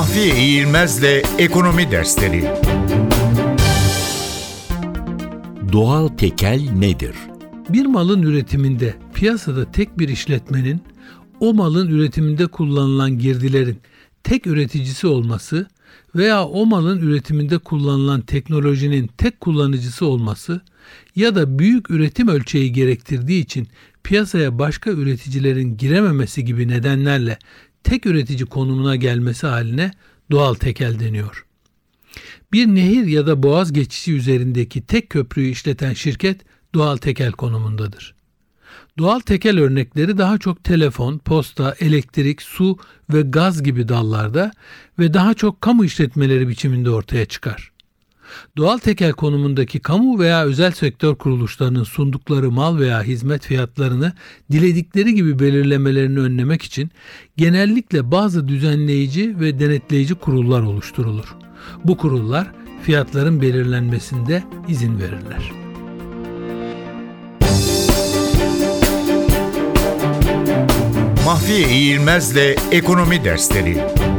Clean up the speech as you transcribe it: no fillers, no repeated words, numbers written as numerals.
Mahfiye İğilmez'le Ekonomi Dersleri. Doğal tekel nedir? Bir malın üretiminde piyasada tek bir işletmenin o malın üretiminde kullanılan girdilerin tek üreticisi olması veya o malın üretiminde kullanılan teknolojinin tek kullanıcısı olması ya da büyük üretim ölçeği gerektirdiği için piyasaya başka üreticilerin girememesi gibi nedenlerle tek üretici konumuna gelmesi haline doğal tekel deniyor. Bir nehir ya da boğaz geçişi üzerindeki tek köprüyü işleten şirket doğal tekel konumundadır. Doğal tekel örnekleri daha çok telefon, posta, elektrik, su ve gaz gibi dallarda ve daha çok kamu işletmeleri biçiminde ortaya çıkar. Doğal tekel konumundaki kamu veya özel sektör kuruluşlarının sundukları mal veya hizmet fiyatlarını diledikleri gibi belirlemelerini önlemek için genellikle bazı düzenleyici ve denetleyici kurullar oluşturulur. Bu kurullar fiyatların belirlenmesinde izin verirler. Mahfiye İğilmez'le Ekonomi Dersleri.